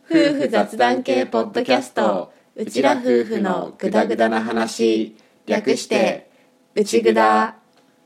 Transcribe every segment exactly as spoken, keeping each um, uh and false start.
夫婦雑談系ポッドキャスト、うちら夫婦のぐだぐだな話、略してうちぐだ。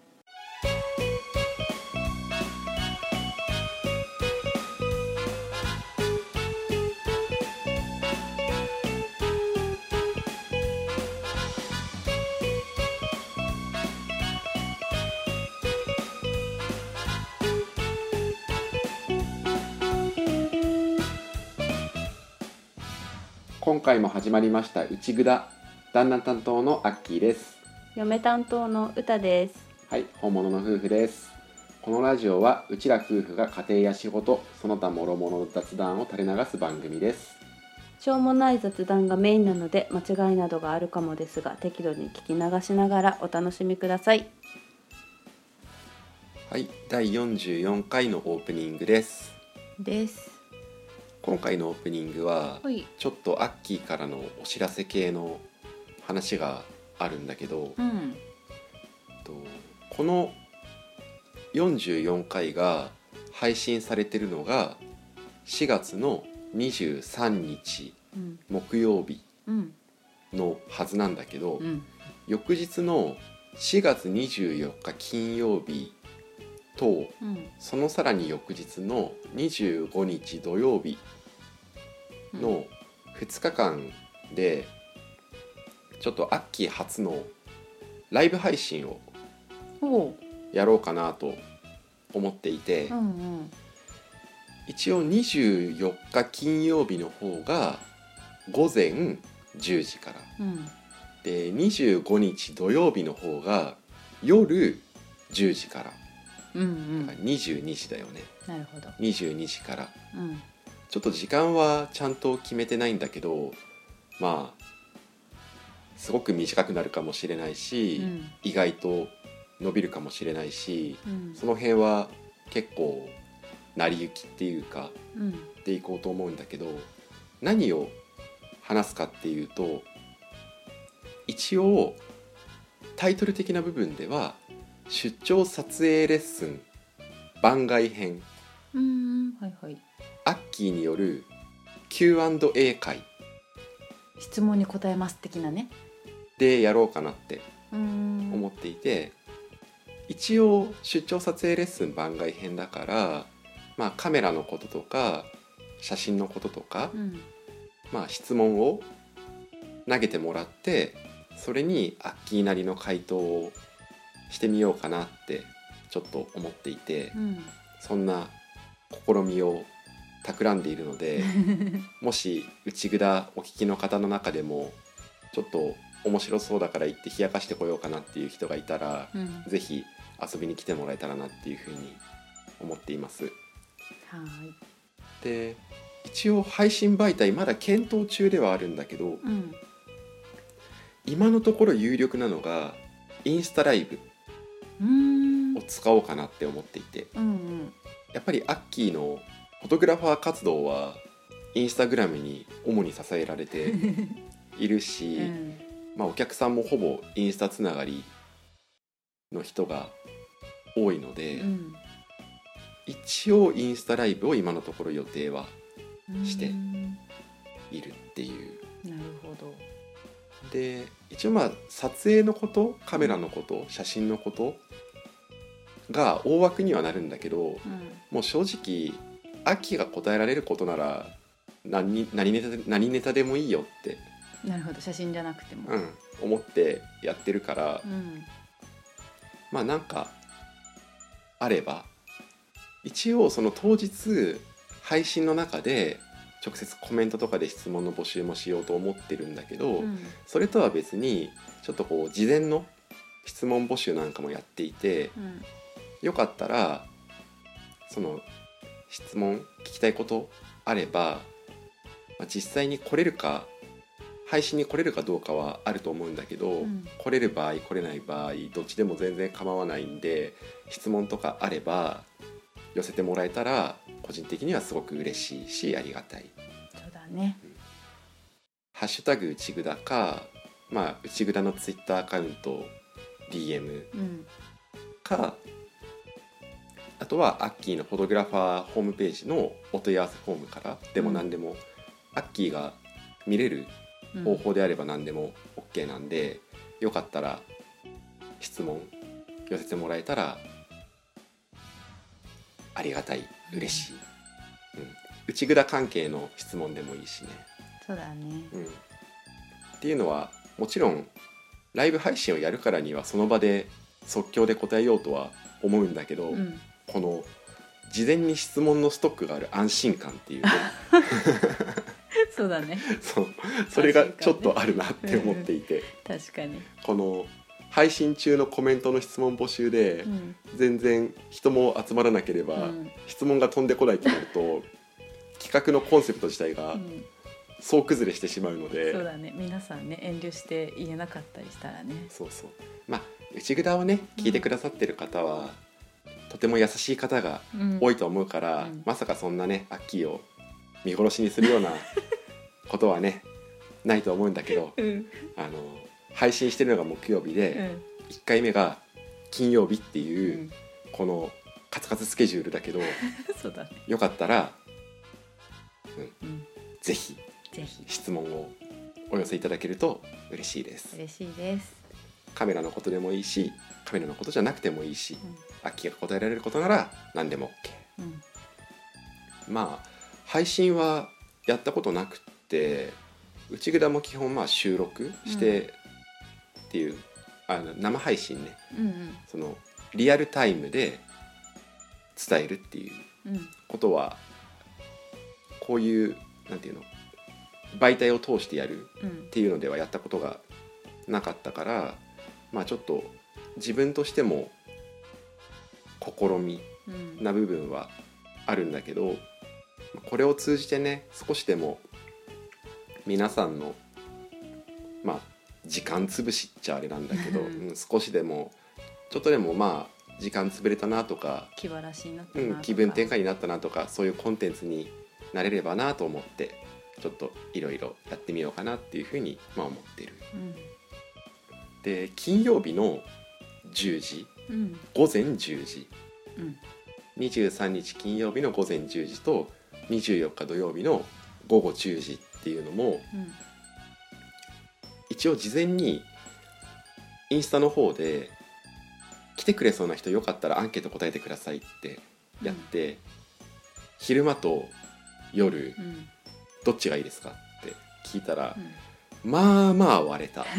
今回も始まりましたうちぐだ。旦那担当のアッキーです。 嫁担当のうたです。 はい、本物の夫婦です。このラジオはうちら夫婦が家庭や仕事、その他諸々の雑談を垂れ流す番組です。 しょうもない雑談がメインなので間違いなどがあるかもですが、適度に聞き流しながらお楽しみください。 はい、だいよんじゅうよんかいのオープニングですです今回のオープニングははいちょっとアッキーからのお知らせ系の話があるんだけど、 うんとこのよんじゅうよんかいが配信されてるのがしがつのにじゅうさんにちうん木曜日うんのはずなんだけど、 うん翌日のしがつにじゅうよっか金曜日とうんそのさらに翌日のにじゅうごにち土曜日のふつかかんでちょっとアッキー初のライブ配信をおうやろうかなと思っていて、 うんうん一応にじゅうよっか金曜日の方がごぜんじゅうじからうんでにじゅうごにち土曜日の方が夜じゅうじからうんうんだからにじゅうにじだよね。 なるほど。 にじゅうにじからうんちょっと時間はちゃんと決めてないんだけど、まあすごく短くなるかもしれないし、 うん意外と伸びるかもしれないし、 うんその辺は結構成り行きっていうかうんでいこうと思うんだけど、何を話すかっていうと、一応タイトル的な部分では出張撮影レッスン番外編うんはいはい。 アッキーによる キューアンドエー 会質問に答えます的なね。 でやろうかなってうん思っていて、一応出張撮影レッスン番外編だから、まあ、カメラのこととか写真のこととか、 うんまあ、質問を投げてもらってそれにアッキーなりの回答をしてみようかなってちょっと思っていて、 うんそんな試みを企んでいるのでもし内ぐだお聞きの方の中でもちょっと面白そうだから行って冷やかしてこようかなっていう人がいたら、 うんぜひ遊びに来てもらえたらなっていうふうに思っています。 はいで一応配信媒体まだ検討中ではあるんだけど、 うん今のところ有力なのがインスタライブうんを使おうかなって思っていて、 うんやっぱりアッキーのフォトグラファー活動はインスタグラムに主に支えられているし、 うんまあ、お客さんもほぼインスタつながりの人が多いので、 うん一応インスタライブを今のところ予定はうんしてないるっていう。 るほど。 で一応まあ撮影のことカメラのこと写真のことが大枠にはなるんだけど、 うんもう正直アッキーが答えられることなら何、何ネタで、何ネタでもいいよって、 なるほど。写真じゃなくても。 うん、思ってやってるから、 うんまあなんかあれば一応その当日配信の中で直接コメントとかで質問の募集もしようと思ってるんだけど、 うんそれとは別にちょっとこう事前の質問募集なんかもやっていて、 うんよかったらその質問聞きたいことあれば、まあ、実際に来れるか配信に来れるかどうかはあると思うんだけど、 うん来れる場合来れない場合どっちでも全然構わないんで、質問とかあれば寄せてもらえたら個人的にはすごく嬉しいしありがたい。 そうだね。 ハッシュタグ内ぐだか、まあ、内ぐだのツイッターアカウント ディーエムうんか、あとはアッキーのフォトグラファーホームページのお問い合わせフォームからでも何でもアッキーが見れる方法であれば何でも OK なんで、うん、よかったら質問寄せてもらえたらありがたい、嬉しい、うん、内蔵関係の質問でもいいしね。 そうだね、 うん、っていうのはもちろんライブ配信をやるからにはその場で即興で答えようとは思うんだけど、うん、この事前に質問のストックがある安心感っていうねそうだねそう、それがちょっとあるなって思っていて、 うん、確かにこの配信中のコメントの質問募集で、うん、全然人も集まらなければ、うん、質問が飛んでこないとなると企画のコンセプト自体が総崩れしてしまうので、 うん、そうだね、皆さんね遠慮して言えなかったりしたらね。 そうそう、まあ内蔵をね聞いてくださってる方は、うん、とても優しい方が多いと思うから、うん、まさかそんなねアッキーを見殺しにするようなことはねないと思うんだけど、うん、あの配信してるのが木曜日で、うん、いっかいめが金曜日っていう、うん、このカツカツスケジュールだけどそうだね、 よかったら、うんうん、ぜひぜひ質問をお寄せいただけると嬉しいです。 嬉しいです。 カメラのことでもいいし、カメラのことじゃなくてもいいし、うん、アッキーが答えられることなら何でも OK、うん、まあ配信はやったことなくって、内蔵も基本まあ収録してっていう、うん、あの生配信ね、うんうん、そのリアルタイムで伝えるっていうことは、うん、こういうなんていうの媒体を通してやるっていうのではやったことがなかったから、まあちょっと自分としても試みな部分はあるんだけど、これを通じてね少しでも皆さんのまあ時間潰しっちゃあれなんだけど、うん、少しでもちょっとでもまあ時間潰れたなとか、 気晴らしになったなとか、 うん、気分転換になったなとか、そういうコンテンツになれればなと思ってちょっといろいろやってみようかなっていうふうにまあ思ってる、うん、で金曜日のじゅうじ、うん、午前じゅうじ、うん、にじゅうさんにち金曜日の午前じゅうじとにじゅうよっか土曜日の午後じゅうじっていうのも、うん、一応事前にインスタの方で来てくれそうな人よかったらアンケート答えてくださいってやって、うん、昼間と夜、うん、どっちがいいですかって聞いたら、うん、まあまあ割れた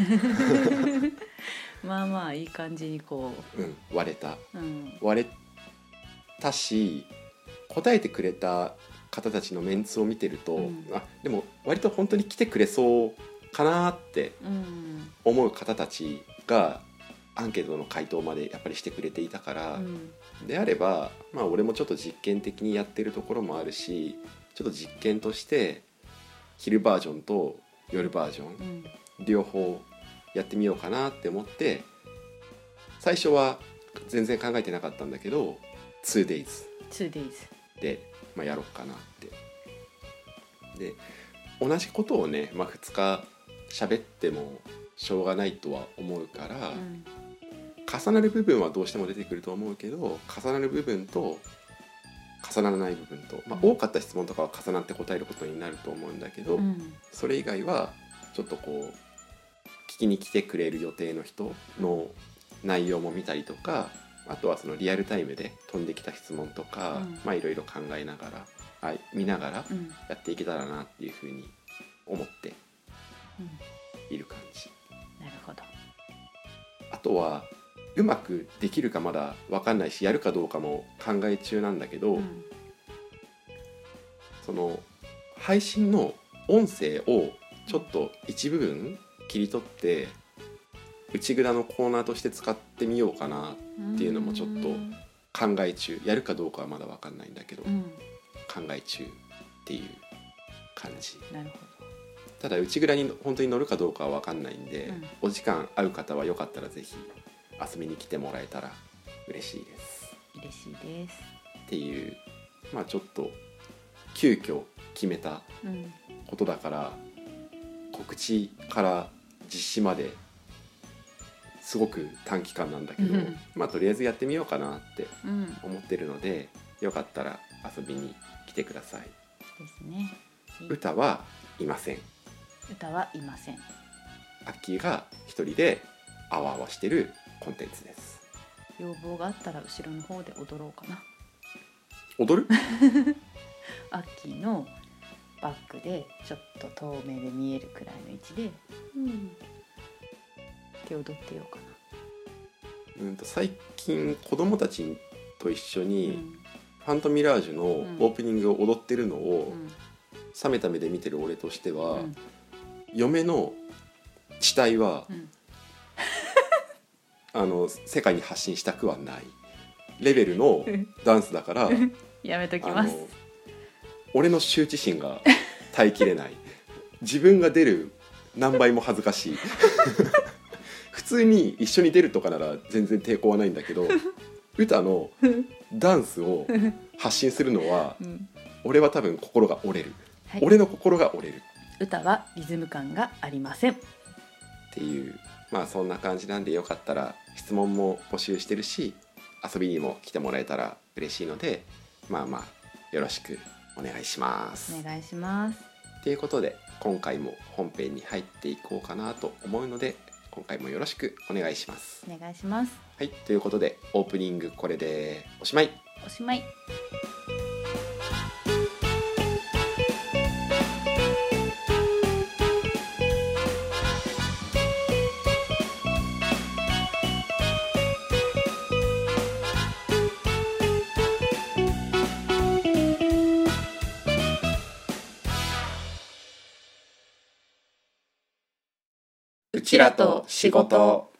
まあまあいい感じにこう、うん、割れた、うん、割れたし、答えてくれた方たちのメンツを見てると、うん、あでも割と本当に来てくれそうかなって思う方たちがアンケートの回答までやっぱりしてくれていたから、うん、であれば、まあ、俺もちょっと実験的にやってるところもあるし、ちょっと実験として昼バージョンと夜バージョン、うん、両方やってみようかなって思って、最初は全然考えてなかったんだけど ツーデイズツーデイズで、まあ、やろうかなって。で同じことをね、まあ、ふつか喋ってもしょうがないとは思うから、うん、重なる部分はどうしても出てくると思うけど、重なる部分と重ならない部分と、まあ、多かった質問とかは重なって答えることになると思うんだけど、うん、それ以外はちょっとこう聞きに来てくれる予定の人の内容も見たりとか、あとはそのリアルタイムで飛んできた質問とか、うん、まあいろいろ考えながら、はい、見ながらやっていけたらなっていうふうに思っている感じ、 うん、なるほど。 あとはうまくできるかまだ分かんないし、やるかどうかも考え中なんだけど、うん、その配信の音声をちょっと一部分切り取って内蔵のコーナーとして使ってみようかなっていうのもちょっと考え中。やるかどうかはまだ分かんないんだけど、うん、考え中っていう感じ。 なるほど。 ただ内蔵に本当に乗るかどうかは分かんないんで、うん、お時間合う方はよかったらぜひ遊びに来てもらえたら嬉しいです。 嬉しいですっていう、まあちょっと急遽決めたことだから、うん、告知から実施まですごく短期間なんだけど、うん、まあとりあえずやってみようかなって思ってるので、うん、よかったら遊びに来てください。 ですね。 歌はいません。 歌はいません。 アッキーが一人であわあわしてるコンテンツです。 要望があったら後ろの方で踊ろうかな。 踊るアッキーのバックでちょっと遠目で見えるくらいの位置で、うん、手踊ってようかな。 うんと最近子供たちと一緒に、 うんファントミラージュのオープニングを踊ってるのを、 うん、 冷めた目で見てる俺としては、 うん、 嫁の地帯は、 うん、 あの世界に発信したくはないレベルのダンスだからやめときます。 あの俺の羞恥心が耐えきれない自分が出る何倍も恥ずかしい普通に一緒に出るとかなら全然抵抗はないんだけど歌のダンスを発信するのは、うん、俺は多分心が折れる、はい、俺の心が折れる。 歌はリズム感がありませんっていう、まあそんな感じなんでよかったら質問も募集してるし遊びにも来てもらえたら嬉しいのでまあまあよろしくお願いします。 お願いします。 ということで今回も本編に入っていこうかなと思うので今回もよろしくお願いします。 お願いします。 はい、ということでオープニングこれでおしまい。 おしまい。 うちらと仕事。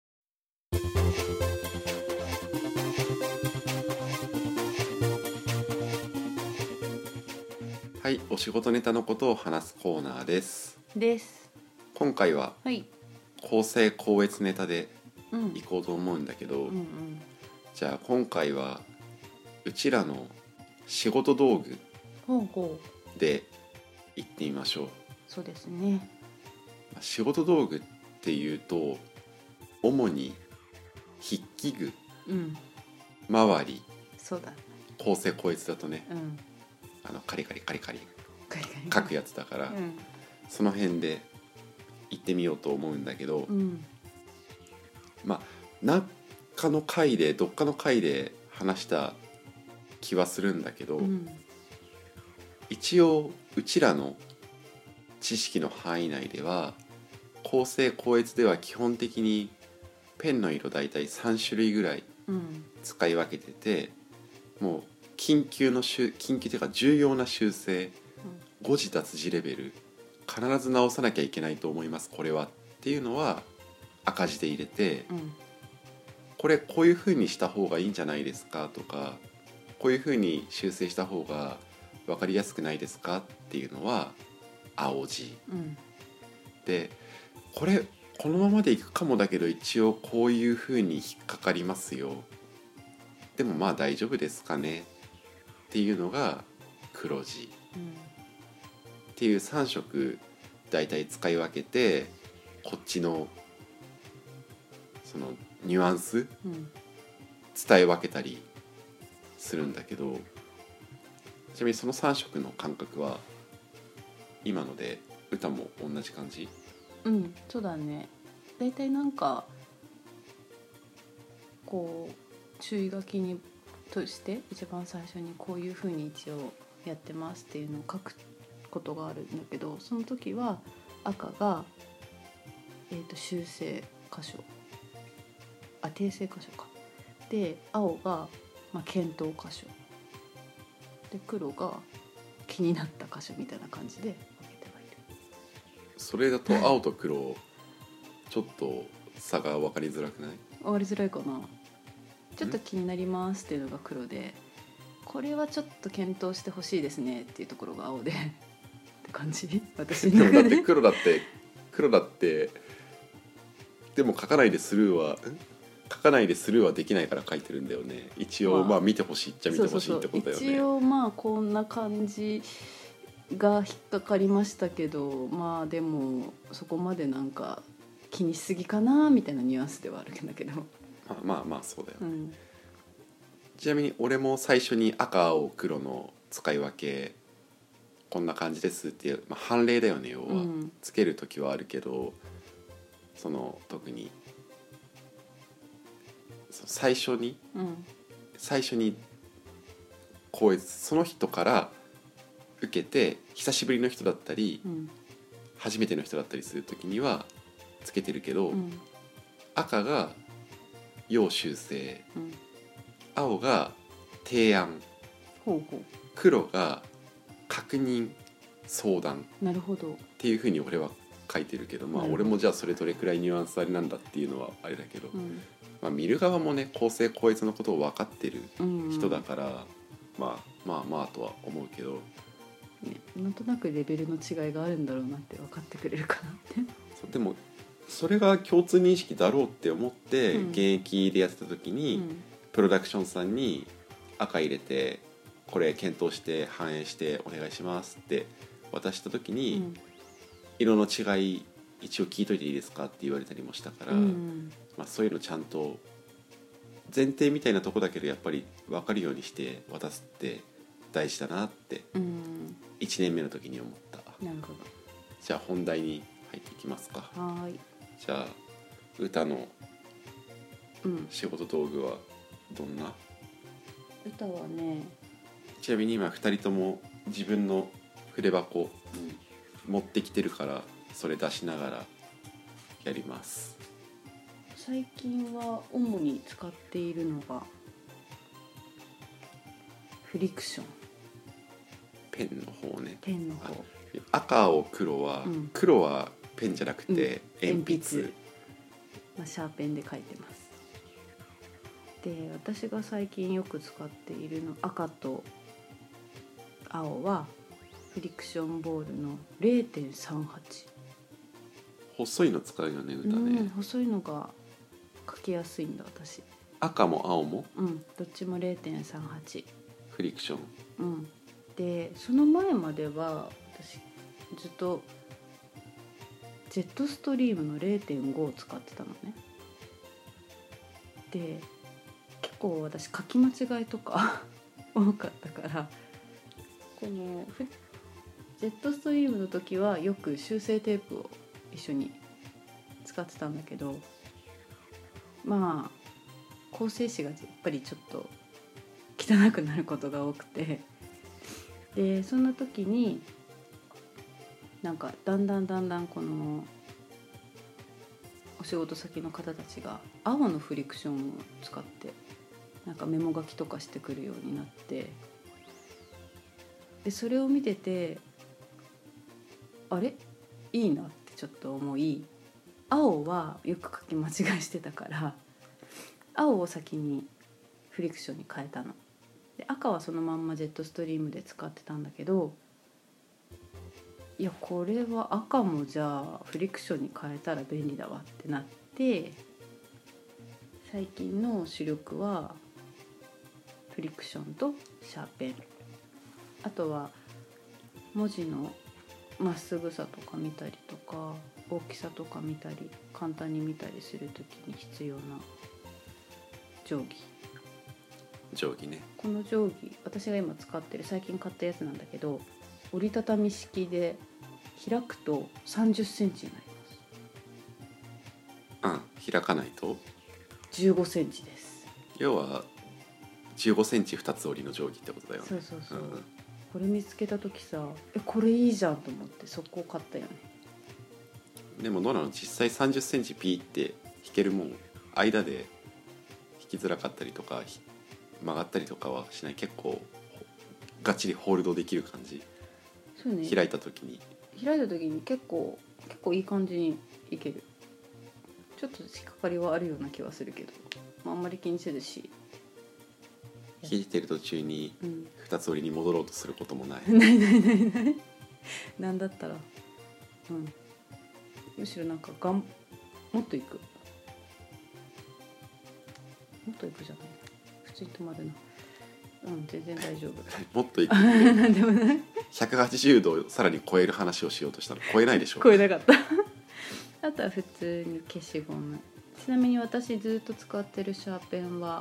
はい、お仕事ネタのことを話すコーナーですです今回ははい構成校閲ネタでいこうと思うんだけど、 うんうんうん、 じゃあ今回はうちらの仕事道具でいってみましょう。ほうほう。 そうですね。 仕事道具っていうと主に筆記具、うん、周り、 そうだ、 構成校閲だとね、 うん、 あのカリカリカリカリカリカリ書くやつだから、うん、その辺で行ってみようと思うんだけど、うん、まあ何かの回でどっかの回で話した気はするんだけど、うん、一応うちらの知識の範囲内では構成校閲では基本的にペンの色だいたいさん種類ぐらい使い分けてて、うん、もう緊急の緊急というか重要な修正、誤字脱字レベル必ず直さなきゃいけないと思いますこれはっていうのは赤字で入れて、うん、これこういう風にした方がいいんじゃないですかとかこういう風に修正した方が分かりやすくないですかっていうのは青字、うん、でこれこのままでいくかもだけど一応こういう風に引っかかりますよでもまあ大丈夫ですかねっていうのが黒字、うん、っていうさん色だいたい使い分けてこっちのそのニュアンス、うん、伝え分けたりするんだけどちなみにそのさん色の感覚は今ので歌も同じ感じ？ うん、そうだね。だいたいなんかこう注意書きにとして一番最初にこういう風に一応やってますっていうのを書くことがあるんだけどその時は赤が、えーと修正箇所あ訂正箇所かで青が、まあ、検討箇所で黒が気になった箇所みたいな感じで分けてはいる。 それだと青と黒ちょっと差が分かりづらくない？ 分かりづらいかな。ちょっと気になりますっていうのが黒でこれはちょっと検討してほしいですねっていうところが青でって感じ私でもだって黒だって黒だってでも書かないでスルーは書かないでスルーはできないから書いてるんだよね一応。まあ、まあ見てほしいっちゃ見てほしいってことだよね。 そうそうそう一応まあこんな感じが引っかかりましたけどまあでもそこまでなんか気にしすぎかなみたいなニュアンスではあるんだけどまあまあまあそうだよね、うん、ちなみに俺も最初に赤青黒の使い分けこんな感じですっていう、まあ、判例だよね要は、 うん、 つける時はあるけど、その特にそ最初にうん最初にこうその人から受けて久しぶりの人だったり、 うん初めての人だったりする時にはつけてるけど、 うん赤が要修正、 うん青が提案、 ほうほ黒が確認相談う、なるほど。 っていうふうに俺は書いてるけど、まあなるほど俺もじゃあそれどれくらいニュアンスあれなんだっていうのはあれだけど、 うんまあ、見る側もね公正高越のことを分かってるうん、 人だから、まあまあまあとは思うけど、 ね、なんとなくレベルの違いがあるんだろうなって分かってくれるかなって。 そうでもそれが共通認識だろうって思ってうん現役でやってた時に、 うんプロダクションさんに赤入れてこれ検討して反映してお願いしますって渡した時うに、 ん色の違い一応聞いといていいですかって言われたりもしたから、 うんまあ、そういうのちゃんと前提みたいなとこだけどやっぱり分かるようにして渡すって大事だなってうんいちねんめの時に思った。 なるほじゃあ本題に入っていきますか。 ど。はーい。 じゃあ歌のうん仕事道具はどんな？ 歌はね、 ちなみに今ふたりとも自分の筆箱うん持ってきてるからそれ出しながらやります。 最近は主に使っているのがフリクション、 ペンの方ね。 ペンの方。 赤青黒は、 うん、 黒はペンじゃなくてうん鉛筆、 鉛まあ、シャーペンで書いてます。で、私が最近よく使っているの赤と青はフリクションボールの れいてんさんはち。 細いの使うよね歌ね、 うん、細いのが書きやすいんだ私。 赤も青もうんどっちも れいてんさんはち。 フリクション。 うんでその前までは私ずっとジェットストリームの れいてんご を使ってたのね。で結構私書き間違いとか多かったから、このジェットストリームの時はよく修正テープを一緒に使ってたんだけど、まあ構成紙がやっぱりちょっと汚くなることが多くて、でそんな時になんかだんだんだんだんこのお仕事先の方たちが青のフリクションを使ってなんかメモ書きとかしてくるようになって、でそれを見ててあれいいなってちょっと思い、青はよく書き間違いしてたから青を先にフリクションに変えたの。で赤はそのまんまジェットストリームで使ってたんだけど、いやこれは赤もじゃあフリクションに変えたら便利だわってなって、最近の主力はフリクションとシャーペン、あとは文字のまっすぐさとか見たりとか大きさとか見たり簡単に見たりするときに必要な定規。 定規ね。 この定規私が今使ってる最近買ったやつなんだけど、折りたたみ式で開くとさんじゅっセンチになります。 うん、開かないとじゅうごセンチです。 要はじゅうごセンチふたつ折りの定規ってことだよね。 そうそうそう、 ん、 これ見つけた時さえこれいいじゃんと思って速攻買ったよね。 でもどうなの、実際さんじゅっセンチピーって引けるもん、間で引きづらかったりとか曲がったりとかはしない？結構がっちりホールドできる感じ？ そうね、 開いた時に開いた時に結構結構いい感じにいける。ちょっと引っかかりはあるような気はするけど、まあ、あんまり気にせずし、 引いてる途中にうんふたつ折りに戻ろうとすることもない。 ないないないないなんだったら、うん、むしろなんかがんもっといくもっといくじゃない、普通に止まるな。うん全然大丈夫もっといくなんでもないひゃくはちじゅうどをさらに超える話をしようとしたら超えないでしょ。 超えなかったあとは普通に消しゴム。ちなみに私ずっと使ってるシャーペンは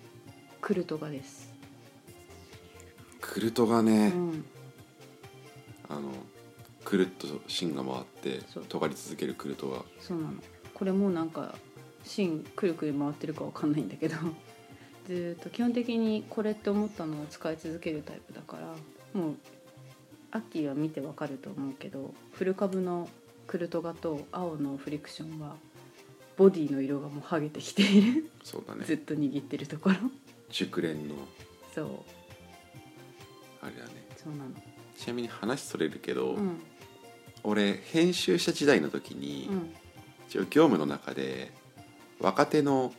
クルトガです。 クルトがね、 うん、 あのくるっと芯が回ってそう尖り続けるクルトが。 そうなの。これもなんか芯くるくる回ってるかわかんないんだけどずーっと基本的にこれって思ったのを使い続けるタイプだから、もうアッキーは見てわかると思うけど、フル株のクルトガと青のフリクションはボディの色がもう剥げてきているそうだね。 ずっと握ってるところ熟練のそうあれだね。 そうなの。 ちなみに話それるけど、 うん俺編集者時代の時に、 うん一応業務の中で若手の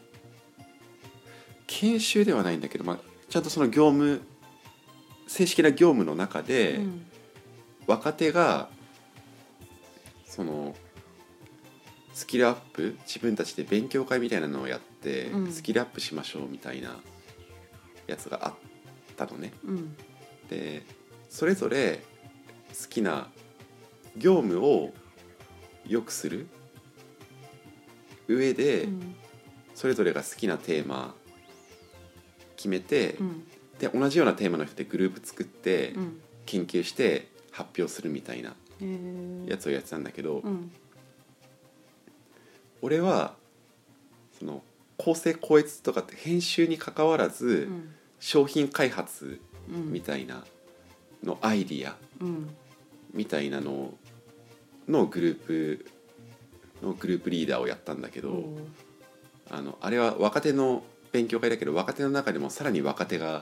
研修ではないんだけど、まあ、ちゃんとその業務正式な業務の中で、 うん若手がそのスキルアップ、自分たちで勉強会みたいなのをやって、 うんスキルアップしましょうみたいなやつがあったのね。 うんでそれぞれ好きな業務を良くする上で、 うんそれぞれが好きなテーマ決めて、 うんで同じようなテーマの人でグループ作ってうん研究して発表するみたいなへーやつをやってたんだけど、 うん俺はその構成校閲とかって編集に関わらず、 うん商品開発うんみたいなのアイディアうんみたいなののグループのグループリーダーをやったんだけど、 おーあのあれは若手の勉強会だけど、若手の中でもさらに若手が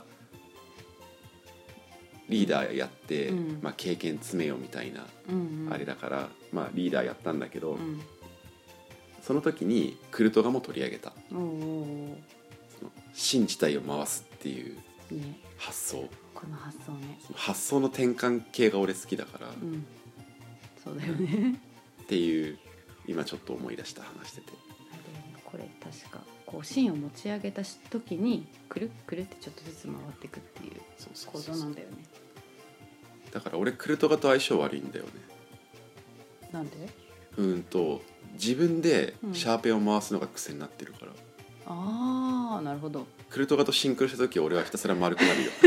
リーダーやって、 うんまあ、経験詰めようみたいなうんうんあれだから、まあ、リーダーやったんだけど、 うんその時にクルトガも取り上げた。 おーその芯自体を回すっていうね発想、 この発想ね。 その発想の転換系が俺好きだから、っうんそうだよねていう今ちょっと思い出した話してて。 あれだよね、これ確かこう芯を持ち上げた時にくるくるってちょっとずつ回っていくっていうそうそう構そうそう造なんだよね。 だから俺クルトガと相性悪いんだよね。 なんで？ うーんと自分でシャーペンを回すのが癖になってるから、 ああなるほど。 クルトガとシンクロした時俺はひたすら丸くなるよ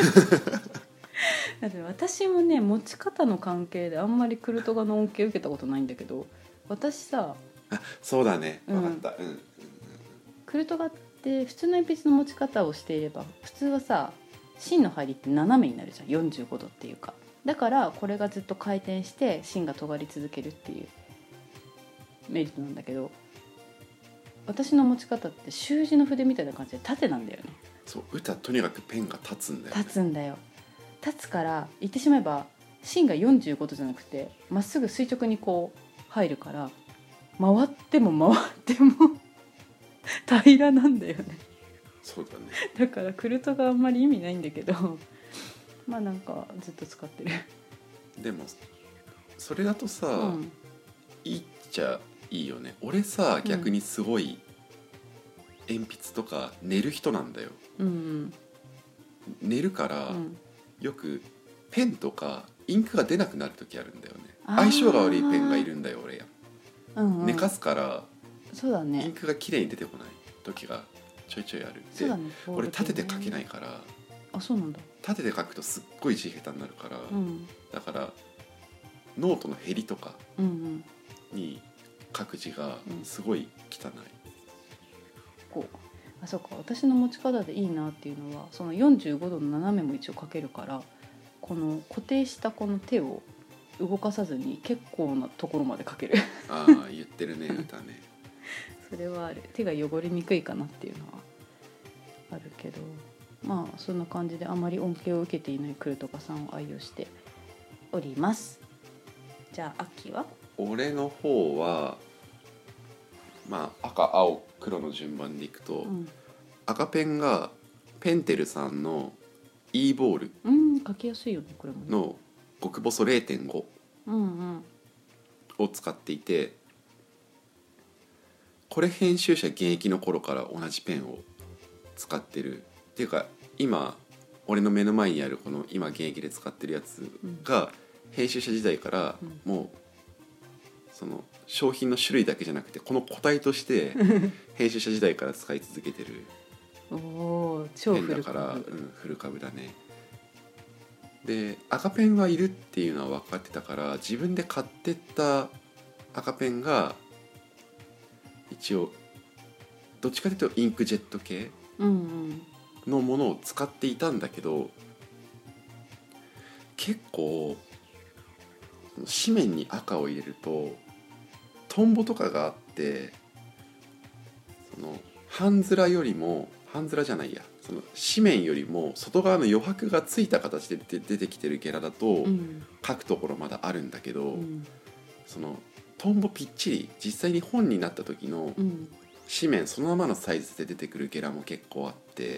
だって私もね持ち方の関係であんまりクルトガの恩恵受けたことないんだけど、私さあそうだね、 うん分かった、うん、 クルトガって普通の鉛筆の持ち方をしていれば普通はさ芯の入りって斜めになるじゃん、よんじゅうごどっていうか。だからこれがずっと回転して芯が尖り続けるっていうメリットなんだけど、私の持ち方って習字の筆みたいな感じで縦なんだよね。 そう歌とにかくペンが立つんだよね。 立つんだよ。立つから言ってしまえば芯がよんじゅうごどじゃなくてまっすぐ垂直にこう入るから回っても回っても平らなんだよね。 そうだね。 だからクルトがあんまり意味ないんだけどまあなんかずっと使ってる。 でもそれだとさ、 うんいいっちゃいいよね。俺さ逆にすごい鉛筆とか寝る人なんだよ。 うん寝るから、 うんよくペンとかインクが出なくなる時あるんだよね。 あー相性が悪いペンがいるんだよ俺や、 うんうん、 寝かすからインそうだね。 クがきれいに出てこない時がちょいちょいある。で、 そうだね。 俺立てて書けないから、 あ、そうなんだ。 立てて書くとすっごい字下手になるから、 うんだからノートのへりとかうんうん。 に書く字がすごい汚い、 こうあそうか、私の持ち方でいいなっていうのはそのよんじゅうごどの斜めも一応書けるから、この固定したこの手を動かさずに結構なところまで書けるああ言ってるね歌ね。 それはある。手が汚れにくいかなっていうのはあるけど、まあそんな感じであまり恩恵を受けていないクルトカさんを愛用しております。じゃあ秋は？ 俺の方はまあ赤青黒の順番でいくと、 うん、 赤ペンがペンテルさんの E ボールうん、書きやすいよねこれもね。 の極細 れいてんごうんうんを使っていて、これ編集者現役の頃から同じペンを使ってるっていうか、今俺の目の前にあるこの今現役で使ってるやつが編集者時代からもうその商品の種類だけじゃなくてこの個体として編集者時代から使い続けてるおお超ペン古くだから、うん、フル株だね。 で赤ペンはいるっていうのは分かってたから、自分で買ってった赤ペンが一応どっちかというとインクジェット系うんうんのものを使っていたんだけど、結構紙面に赤を入れるとトンボとかがあって、その半面よりも半面じゃないやその紙面よりも外側の余白がついた形で出てきてるゲラだと、 うん書くところまだあるんだけど、 うんそのトンボぴっちり実際に本になった時のうん紙面そのままのサイズで出てくるゲラも結構あって、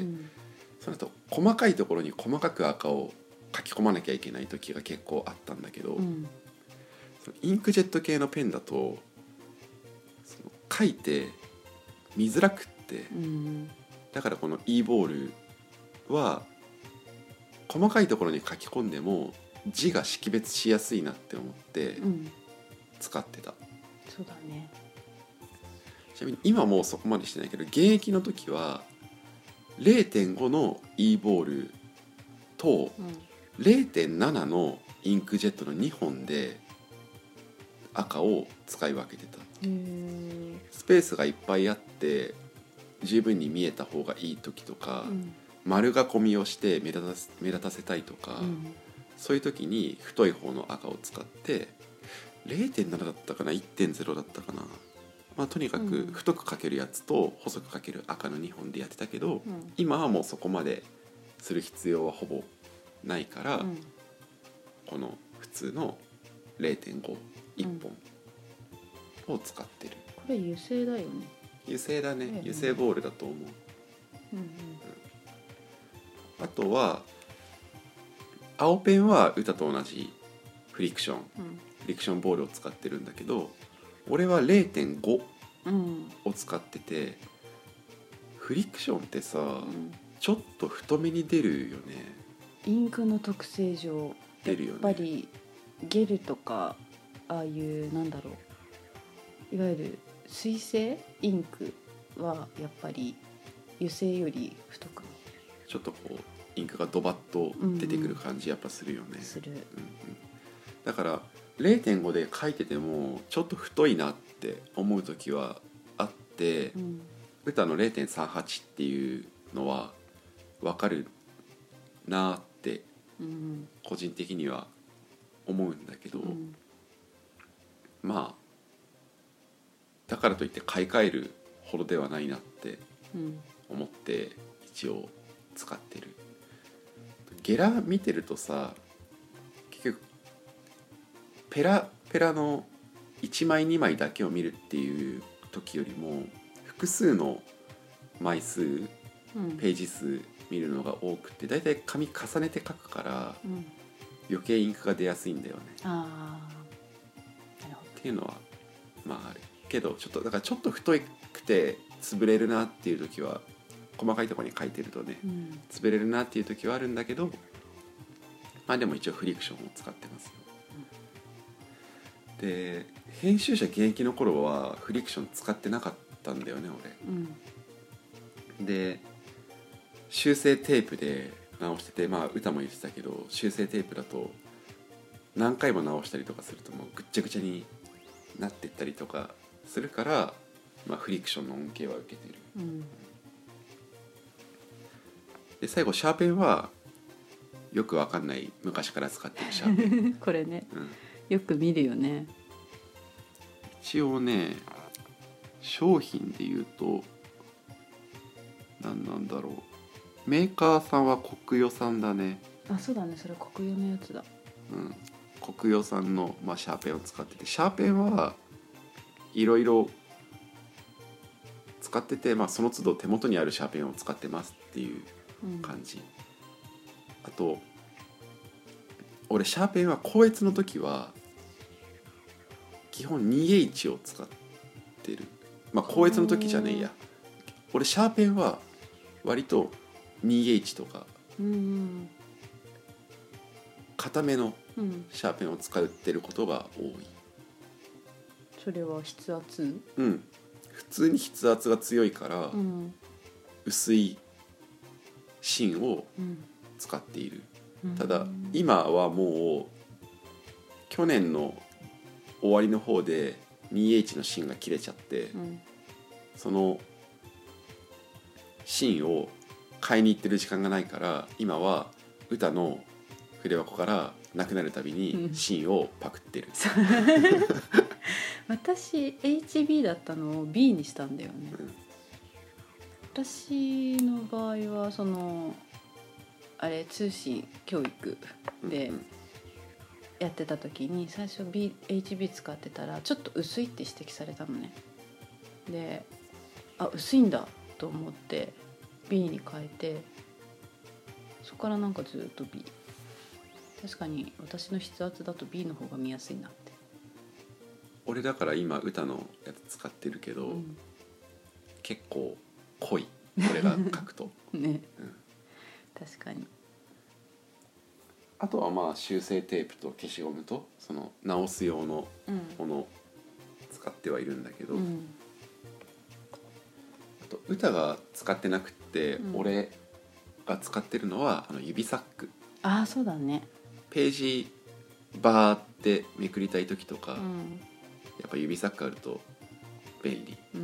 うんその後細かいところに細かく赤を書き込まなきゃいけない時が結構あったんだけど、 うんそのインクジェット系のペンだとその書いて見づらくって、 うんだからこの e ボールは細かいところに書き込んでも字が識別しやすいなって思ってうん使ってた。 そうだね。 ちなみに今もうそこまでしてないけど、現役の時は れいてんご の e ボールとうんれいてんなな のインクジェットのにほんで赤を使い分けてた。 へえスペースがいっぱいあって十分に見えた方がいい時とか、 うん丸囲みをして目立たせ、目立たせたいとか、 うんそういう時に太い方の赤を使って、 れいてんなな だったかな いってんゼロ だったかな、まあ、とにかく太く描けるやつと細く描ける赤のにほんでやってたけど、 うん今はもうそこまでする必要はほぼないから、 うんこの普通の れいてんごいっぽんを使ってる。 これ油性だよね。 油性だね、 うん油性ボールだと思う。 うんあとは青ペンは歌と同じフリクションうんフリクションボールを使ってるんだけど、俺は れいてんごうんを使ってて、フリクションってさ、 うんちょっと太めに出るよね。 インクの特性上出るよねやっぱりゲルとかああいうなんだろう、いわゆる水性インクはやっぱり油性より太くちょっとこうインクがドバッと出てくる感じやっぱするよね、 する。 うんうん、だから れいてんご で書いててもちょっと太いなって思う時はあって、 うん歌の れいてんさんはち っていうのは分かるなってうん個人的には思うんだけど、 うんまあだからといって買い替えるほどではないなってうん思って一応使ってる。ゲラ見てるとさ、結局ペラペラのいちまいにまいだけを見るっていう時よりも複数の枚数うんページ数見るのが多くて、だいたい紙重ねて書くからうん余計インクが出やすいんだよねああなるほっていうのはまああるけど、ちょっとだからちょっと太くて潰れるなっていう時は細かいところに書いてるとねど。うん潰れるなっていう時はあるんだけど、まあでも一応フリクションを使ってますよ。で編集者現役の頃はフリクション使ってなかったんだよねうん俺で。修正テープで直してて、まあ歌も言ってたけど修正テープだと何回も直したりとかするともうぐっちゃぐちゃになってったりとかするから、まあ、フリクションの恩恵は受けてる。 うんで最後シャーペンはよくわかんない昔から使ってるシャーペン、 これねうん、 よく見るよね。 一応ね商品で言うと何なんだろう、メーカーさんは国与さんだね。 あそうだね、それ国用のやつだ。 うん国与さんの、まあ、シャーペンを使ってて、シャーペンはいろいろ使ってて、まあ、その都度手元にあるシャーペンを使ってますっていううん感じ。あと俺シャーペンは校閲の時は基本 にエイチ を使ってる。まあ校閲の時じゃねえや、俺シャーペンは割と にエイチ とかうん硬めのうんシャーペンを使ってることが多い。 それは筆圧。 うん普通に筆圧が強いから、 うん薄い芯をうん使っている。 ただ今はもう去年の終わりの方で ツーエイチ の芯が切れちゃって、 うん、 その芯を買いに行ってる時間がないから、今は歌の筆箱からなくなるたびに芯をパクってる、 うん、私 エイチビー だったのを ビー にしたんだよね、うん、私の場合はそのあれ通信教育でやってた時に最初 B、エイチビー 使ってたらちょっと薄いって指摘されたのね。で、あ、薄いんだと思って ビー に変えて、そこからなんかずっと ビー。 確かに私の筆圧だと ビー の方が見やすいなって。 俺だから今歌のやつ使ってるけど、うん、結構濃い、俺が書くとね、うん、確かに。 あとはまあ修正テープと消しゴムとその直す用のものを使ってはいるんだけど、うん、あと歌が使ってなくって、うん、俺が使ってるのはあの指サック。 ああ、そうだね。 ページバーってめくりたい時とか、うん、やっぱ指サックあると便利、うん、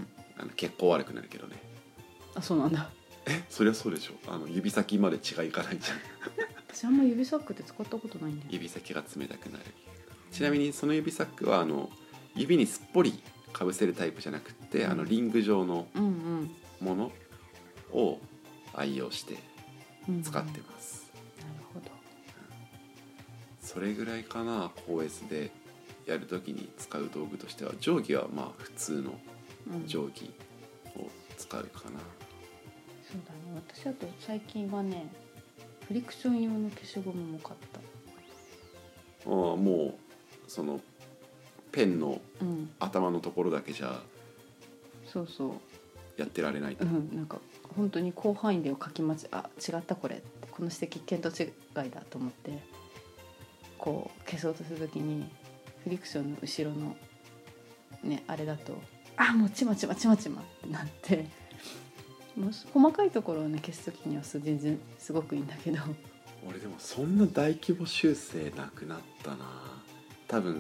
あの結構悪くなるけどね。 あ、そうなんだ。 え、そりゃそうでしょ。あの指先まで血がいかないじゃん私あんま指サックって使ったことないんだよ。 指先が冷たくなる。ちなみにその指サックはあの指にすっぽりかぶせるタイプじゃなくて、うん、あのリング状のものを愛用して使ってます、 うんうん、なるほど、 うん、それぐらいかな。高 S でやるときに使う道具としては、定規はまあ普通の定規を使うかな、うん、そうだね。 私あと最近はね、フリクション用の消しゴムも買った。 ああ、もうそのペンの頭のところだけじゃ、うん、 そうそうやってられないと、 うん、なんか本当に広範囲で書き間違あ違ったこれこの指摘見当違いだと思ってこう消そうとするときにフリクションの後ろのねあれだとあもうちまちまちまちまってなって、もう細かいところをね消すときには全然すごくいいんだけど、 俺でもそんな大規模修正なくなったな多分、うん、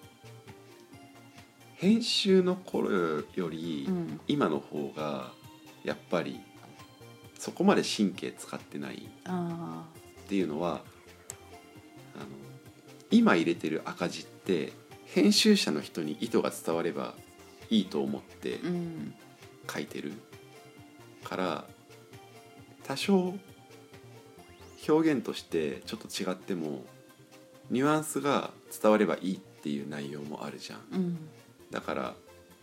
編集の頃より今の方がやっぱりそこまで神経使ってないっていうのは、あの今入れてる赤字って編集者の人に意図が伝わればいいと思って書いてるから、多少表現としてちょっと違ってもニュアンスが伝わればいいっていう内容もあるじゃん、うん、だから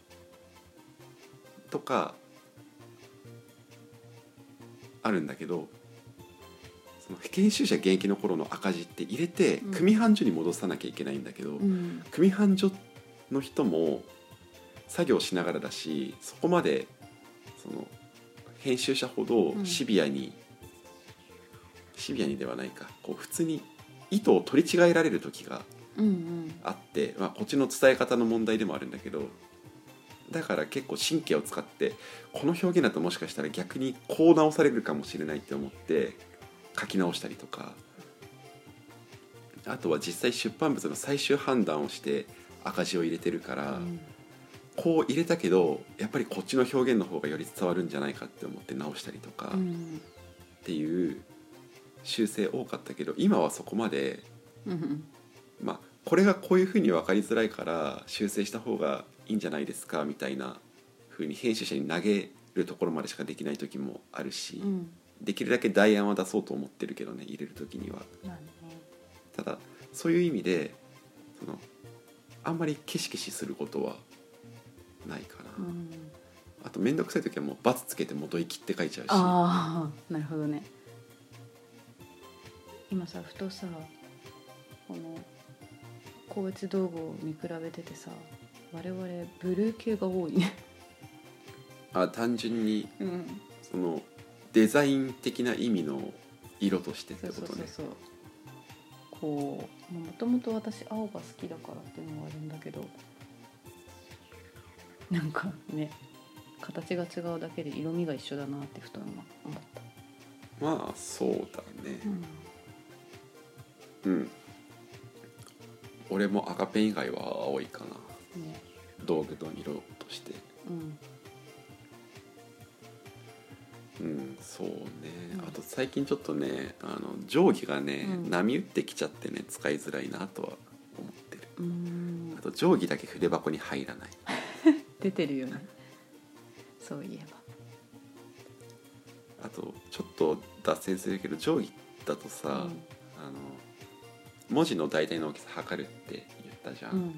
とかあるんだけど、その編集者現役の頃の赤字って入れて組版所に戻さなきゃいけないんだけど、うん、組版所の人も作業しながらだし、そこまでその編集者ほどシビアに、うん、シビアにではないか、こう普通に意図を取り違えられる時があって、うんうん、まあ、こっちの伝え方の問題でもあるんだけど、だから結構神経を使ってこの表現だともしかしたら逆にこう直されるかもしれないって思って書き直したりとか、あとは実際出版物の最終判断をして赤字を入れてるから、うん、こう入れたけどやっぱりこっちの表現の方がより伝わるんじゃないかって思って直したりとか、うん、っていう修正多かったけど、今はそこまで、うん、まあこれがこういう風に分かりづらいから修正した方がいいんじゃないですかみたいな風に編集者に投げるところまでしかできない時もあるし、うん、できるだけ代案は出そうと思ってるけどね、入れる時には、まあね、ただそういう意味でそのあんまりケシケシすることはないかな、うん、あとめんどくさい時はもうバツつけて元行きって書いちゃうし。 ああ、なるほどね。今さふとさこの校閲道具を見比べててさ、我々ブルー系が多いねあ、単純に、うん、そのデザイン的な意味の色としてってことね。そうそうそうそう、 こうもともと私青が好きだからっていうのがあるんだけど、なんかね形が違うだけで色味が一緒だなってふと思った。 まあそうだね、 うん俺も赤ペン以外は青いかな、 ね、 道具の色としてうんうんそうね、 うんあと最近ちょっとねあの定規がね、 うん波打ってきちゃってね使いづらいなとは思ってる。 うーんあと定規だけ筆箱に入らない出てるよねそういえあとちょっと脱線するけど定規だとさ、 ばあの文字の大体の大きさ測るって言ったじゃん、 うん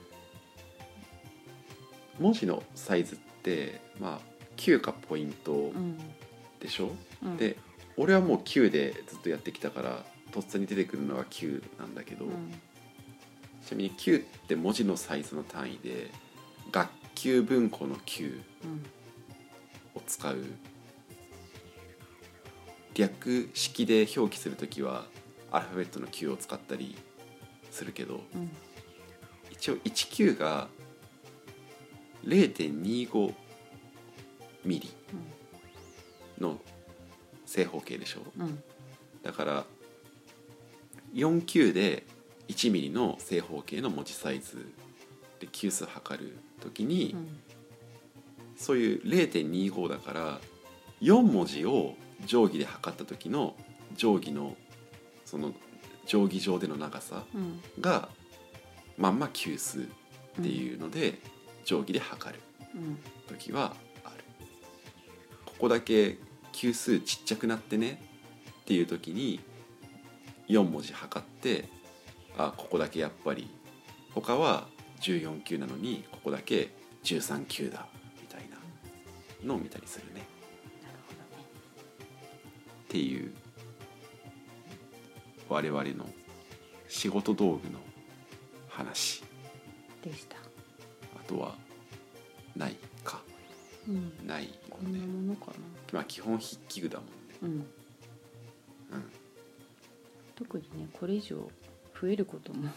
文字のサイズってまあきゅうがポイントうんでしょ、 うんで俺はもうきゅうでずっとやってきたからとっさに出てくるのがきゅうなんだけど、 うんちなみにきゅうって文字のサイズの単位で学級文庫のきゅうんうを使う。略式で表記するときはアルファベットのきゅうを使ったりするけど、 うん一応いちきゅうが れいてんにごミリの正方形でしょ。 うんだからよんきゅうでいちミリの正方形の文字サイズで級数測るときに、 うんそういう れいてんにご だからよん文字を定規で測った時の定規のその定規上での長さうんがまんま級数っていうので定規で測るうん時はある。ここだけ級数ちっちゃくなってねっていう時によん文字測ってあここだけやっぱり他はじゅうよん級なのにここだけじゅうさん級だみたいなのを見たりするねなるほどねっていう我々の仕事道具の話。 でしたあとはないかうんないよこんなね。 ものかまあ基本筆記具だもんね。 なうんうん特にねこれ以上増えることも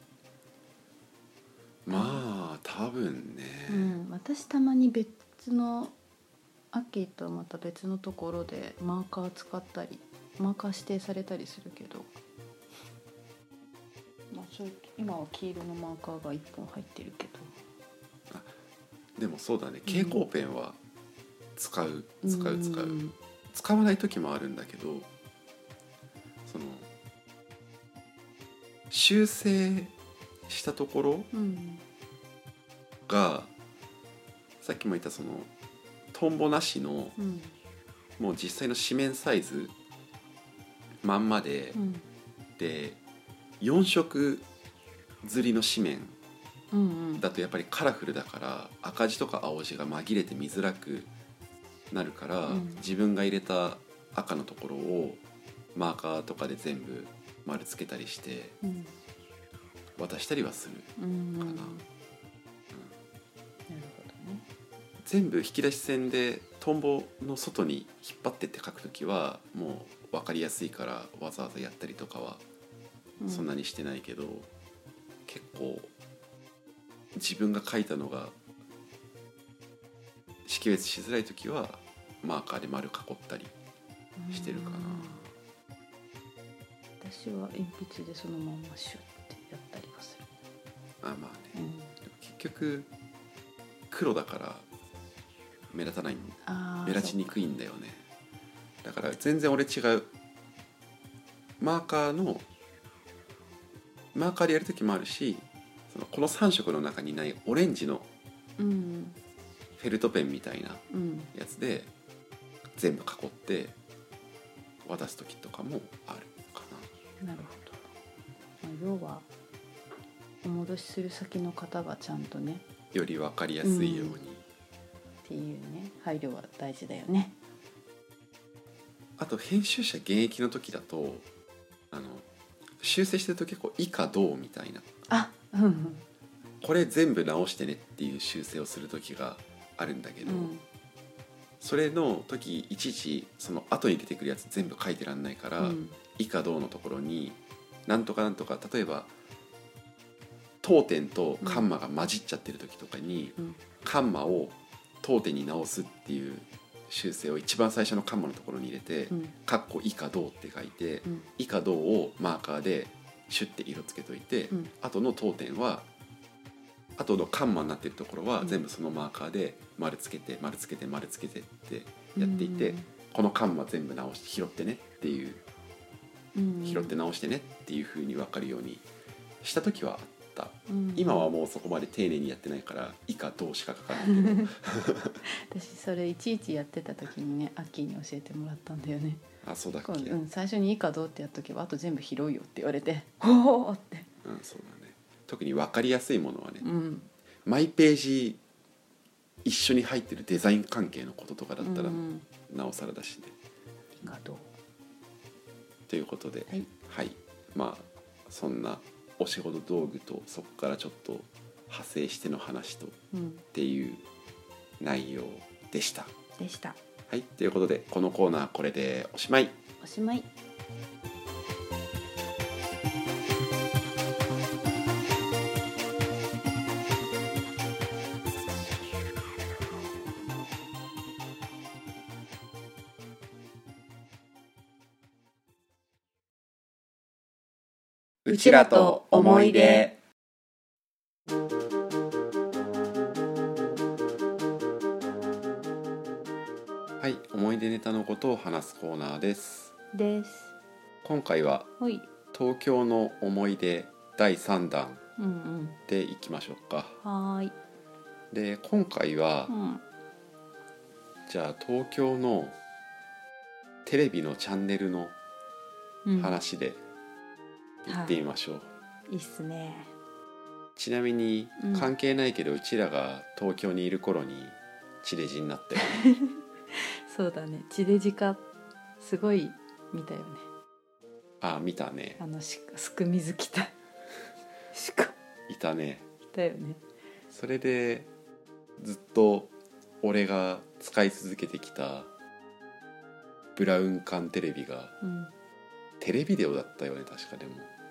まあ多分ね、 うん私たまに別のアッキーとはまた別のところでマーカー使ったりマーカー指定されたりするけど、まあ、そういう今は黄色のマーカーがいっぽん入ってるけどでもそうだね蛍光ペンは使う使う使う、 ん使わない時もあるんだけどその修正したところうんがさっきも言ったそのトンボなしのうんもう実際の紙面サイズまんまで、 うんでよん色刷りの紙面うんうんだとやっぱりカラフルだから赤字とか青字が紛れて見づらくなるから、 うん自分が入れた赤のところをマーカーとかで全部丸つけたりしてうん渡したりはするうんかな、 なるほどね全部引き出し線でトンボの外に引っ張ってって書くときはもう分かりやすいからわざわざやったりとかはそんなにしてないけど、結構自分が書いたのが識別しづらいときはマーカーで丸囲ったりしてるかな。 私は鉛筆でそのまんまシュッてやったりはするあまあね、 うんでも結局黒だから目立たないあー目立ちにくいんだよね。だから全然俺違うマーカーのマーカーでやるときもあるしそのこのさん色の中にないオレンジのうんフェルトペンみたいなうんやつで全部囲って渡す時とかもあるかなるほど、まあ、要はお戻しする先の方がちゃんとねな。より分かりやすいように、 っていうね配慮は大事だよねあと編集者現役の時だとあの修正してると結構以下どうみたいなあうんうんこれ全部直してねっていう修正をする時があるんだけど、 うんそれの時いちいちその後に出てくるやつ全部書いてらんないから、 うん以下どうのところになんとかなんとか例えば当点とカンマが混じっちゃってる時とかに、 うんカンマを当点に直すっていう修正を一番最初のカンマのところに入れてうん 「カッコ以下どう」って書いてうん 「以下どう」をマーカーでシュッて色つけといて、 うん、 後の当点は後のカンマになってるところはうん全部そのマーカーで丸つけて丸つけて丸つけてってやっていて、 うんこのカンマ全部直して拾ってねっていう、 うん、 拾って直してねっていう風に分かるようにした時はあった。 うん、 今はもうそこまで丁寧にやってないから以下どうしか書かないけど私それいちいちやってた時にねアッキーに教えてもらったんだよね。 あ、そうだっけ、 うん、最初に以下どうってやっとけばあと全部拾うよって言われておおって、 うん、そうだね。特に分かりやすいものはね、 うん、 マイページ一緒に入ってるデザイン関係のこととかだったらうんなおさらだしね。 以下どうということで、 はい、 はい、まあそんなお仕事道具とそこからちょっと派生しての話とっうんていう内容でした。 でした。 はい、ということでこのコーナーこれでおしまい。 おしまい。 うちらと思い出。はい、思い出ネタのことを話すコーナーです。 です。 今回はほい。 東京の思い出だいさんだんうんうん。 でいきましょうか。 はーい。 で今回は、 うん。 じゃあ東京のテレビのチャンネルのうん、 話で行ってみましょう。 いいっすね。 ちなみにうん関係ないけど、うちらが東京にいる頃に地デジになったよねそうだね。地デジ化すごい見たよね。 あ、見たね。 あのしすく水着たしかいたね。 いたよね。 それでずっと俺が使い続けてきたブラウン管テレビがうん。 テレビデオだったよね、確か。でも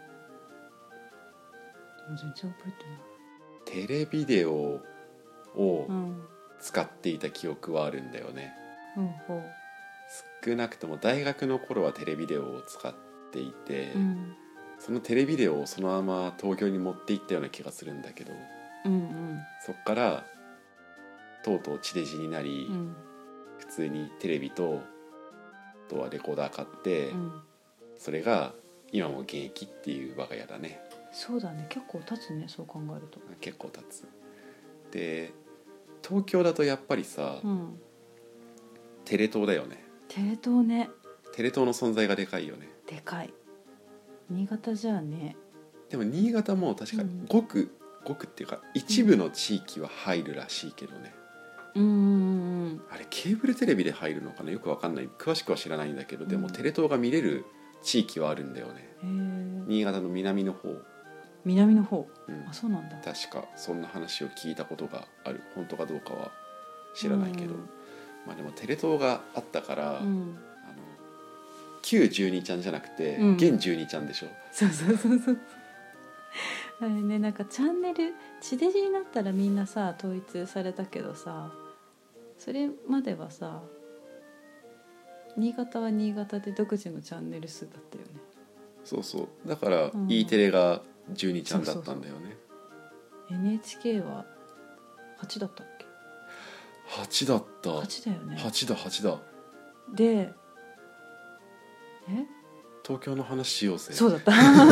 全然覚えてない。 テレビデオをうん。 使っていた記憶はあるんだよね。 うんほう。 少なくとも大学の頃はテレビデオを使っていて、 うんそのテレビデオをそのまま東京に持って行ったような気がするんだけど、 うんうんそっからとうとう地デジになり、 うん普通にテレビとあとはレコーダー買って、 うん。 それが今も現役っていう我が家だね。 そうだね。結構経つね。そう考えると。 結構経つ。で東京だとやっぱりさ、 うん。 テレ東だよね。 テレ東ね。 テレ東の存在がでかいよね。 でかい。新潟じゃあね。 でも新潟も確かうんごく、ごくっていうか一部の地域は入るらしいけどね、 うんうんあれケーブルテレビで入るのかな、よくわかんない、詳しくは知らないんだけど、 うんでもテレ東が見れる地域はあるんだよね。 うん。へえ。 新潟の南の方、 南の方。 うんあ、そうなんだ。 確かそんな話を聞いたことがある。本当かどうかは知らないけど、 うんまあでもテレ東があったから、 うん。 あの旧じゅうにちゃんじゃなくて、 うん現じゅうにちゃんでしょ。 そうそうそうそう。あれね、なんかチャンネル地デジになったらみんなさ統一されたけどさ、それまではさ新潟は新潟で独自のチャンネル数だったよね。 そうそう、だから、 うん E テレがじゅうにちゃんだったんだよね。 エヌエイチケー ははちだったっけ。 はちだった。 はちだよね。 はちだはちだ。 でえ東京の話しようぜ。 そうだった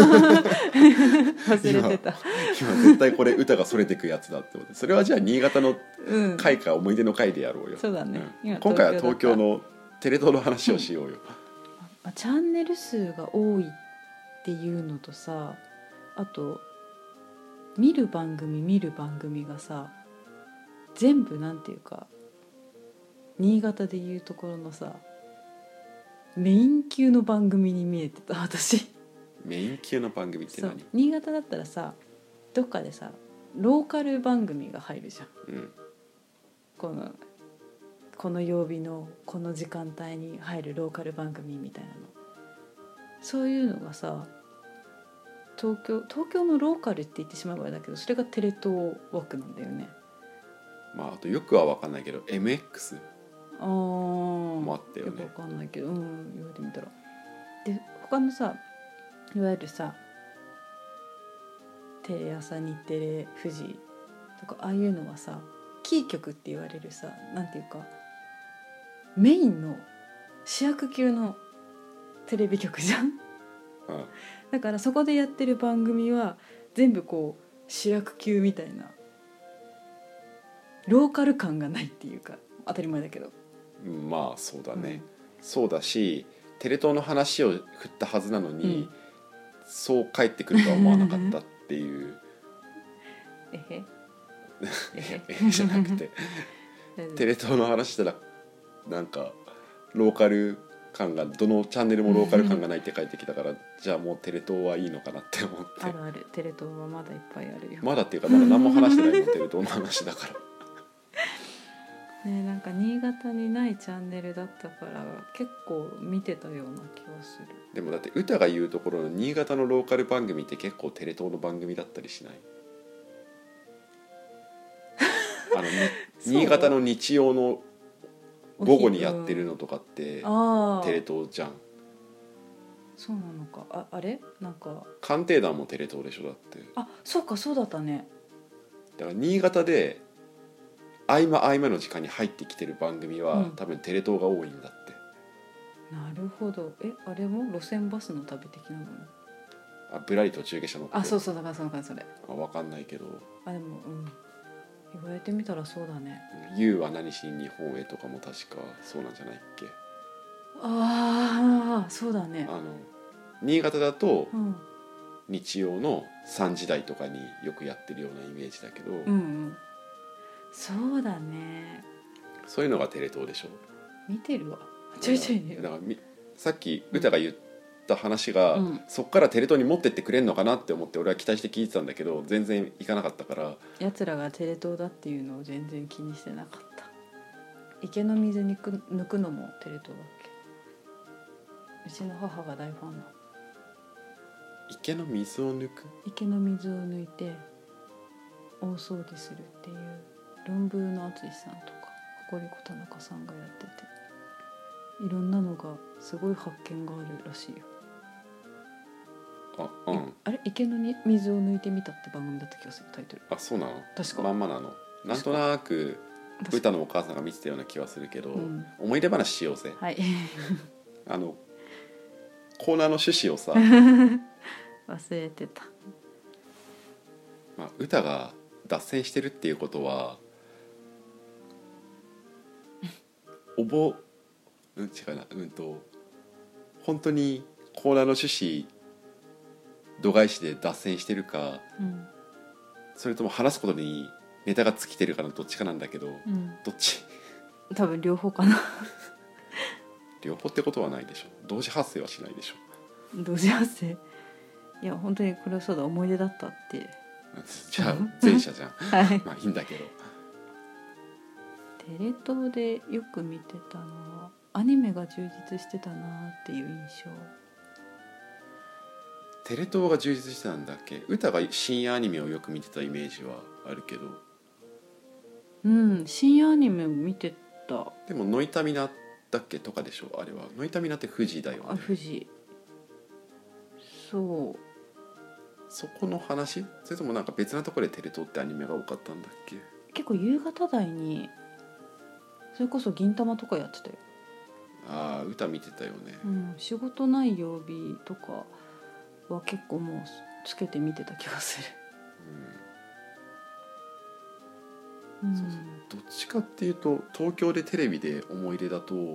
忘れてた。 今絶対これ歌がそれてくやつだって思って、それはじゃあ新潟のうん、 回か思い出の回でやろうよ。 そうだね、 うん今今回は東京だったのテレ東の話をしようよ。 まあチャンネル数が多いっていうのとさ、あと見る番組見る番組がさ全部なんていうか新潟でいうところのさメイン級の番組に見えてた私。 メイン級の番組ってそう何？ 新潟だったらさどっかでさローカル番組が入るじゃん。 うんこのこの曜日のこの時間帯に入るローカル番組みたいなの、そういうのがさ東京東京のローカルって言ってしまえばあれだけど、それがテレ東枠なんだよね。 まああとよくは分かんないけど エムエックスあーもあったよね。 よくわかんないけど、うん、言われてみたらで他のさいわゆるさテレ朝、日テレ、富士とかああいうのはさ、キー局って言われるさ、なんていうかメインの主役級のテレビ局じゃん。 うん、 だからそこでやってる番組は全部こう主役級みたいな、ローカル感がないっていうか、当たり前だけど。 まあそうだね、うん、そうだしテレ東の話を振ったはずなのに、うん、そう帰ってくるとは思わなかったっていうえへえへじゃなくてテレ東の話したらなんかローカル感が、どのチャンネルもローカル感がないって返ってきたからじゃあもうテレ東はいいのかなって思って。 あるある、テレ東はまだいっぱいあるよ。 まだっていうかまだ何も話してないもんテレ東の話だからね、なんか新潟にないチャンネルだったから結構見てたような気がする。 でもだって歌が言うところの新潟のローカル番組って結構テレ東の番組だったりしない？あの新潟の日曜の午後にやってるのとかってテレ東じゃん。 そうなのか。 あ, あれなんか鑑定団もテレ東でしょ。だってあ、そうか、そうだったね。 だから新潟で合間合間の時間に入ってきてる番組は、うん、多分テレ東が多いんだって。 なるほど。え、あれも路線バスの旅的なの？ あ、ぶらり途中下車のこと。 あ、そうそう、だからその感じ。それあ、分かんないけど、 あ、でもうん言われてみたらそうだね。 ユー は何しに日本へとかも確かそうなんじゃないっけ。 ああ、そうだね。 あの新潟だと、 うん、 日曜のさんじ台とかによくやってるようなイメージだけど、うんうん、そうだね。 そういうのがテレ東でしょ。 見てるわ、ちょいちょいね。 だからさっき歌が言った話が、 うん、 そっからテレ東に持ってってくれんのかなって思って俺は期待して聞いてたんだけど全然行かなかったから。 やつらがテレ東だっていうのを全然気にしてなかった。池の水にく抜くのもテレ東だっけ。うちの母が大ファンなの。 池の水を抜く、 池の水を抜いて大掃除するっていう論文の淳さんとか誇り子田中さんがやってて、いろんなのがすごい発見があるらしいよ。 あ、うん、 あれ池のに水を抜いてみたって番組だった気がする、タイトル。 あ、そうなの。 確かまんまなの。なんとなく歌のお母さんが見てたような気はするけど、うん、思い出話しようぜ。 はいあのコーナーの趣旨をさ忘れてた。 まあ、歌が脱線してるっていうことはおぼうん違うなうんと本当にコーナーの趣旨度外視で脱線してるか、 うん、 それとも話すことにネタが尽きてるかのどっちかなんだけど、 うん、 どっち？ 多分両方かな両方ってことはないでしょ。同時発生はしないでしょ。 同時発生、いや本当にこれはそうだ、思い出だったって。 じゃあ前者じゃんはいまあいいんだけど。 テレ東でよく見てたのはアニメが充実してたなっていう印象。 テレ東が充実してたんだっけ。歌が深夜アニメをよく見てたイメージはあるけど。 うん、深夜アニメを見てた。 でもノイタミナだっけとかでしょ。あれはノイタミナって富士だよね。 あ、富士。そう、 そこの話？それともなんか別なところでテレ東ってアニメが多かったんだっけ。 結構夕方台にそれこそ銀玉とかやってたよ。 ああ、歌見てたよね、 うん、仕事ない曜日とかは結構もうつけて見てた気がする。 うん、うん、そうそう、どっちかっていうと東京でテレビで思い出だと、うん、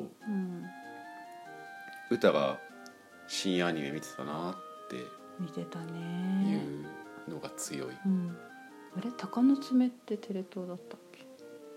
歌が深夜アニメ見てたなって見てたねいうのが強い、 うん、あれ鷹の爪ってテレ東だったっけ。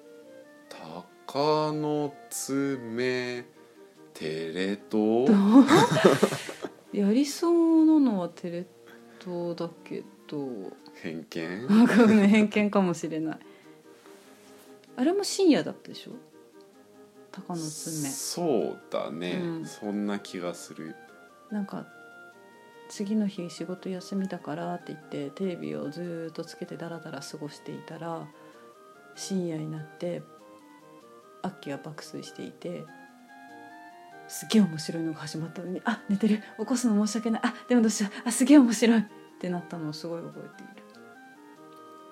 鷹の爪テレ東やりそうなのはテレ東だけど偏見偏見かもしれない。あれも深夜だったでしょ、鷹の爪。 そうだね、うん、そんな気がする。 なんか次の日仕事休みだからって言ってテレビをずっとつけてダラダラ過ごしていたら深夜になってアッキーは爆睡していてすげえ面白いのが始まったのに、あ寝てる、起こすの申し訳ない、あでもどうしよう、あすげえ面白いってなったのをすごい覚えている。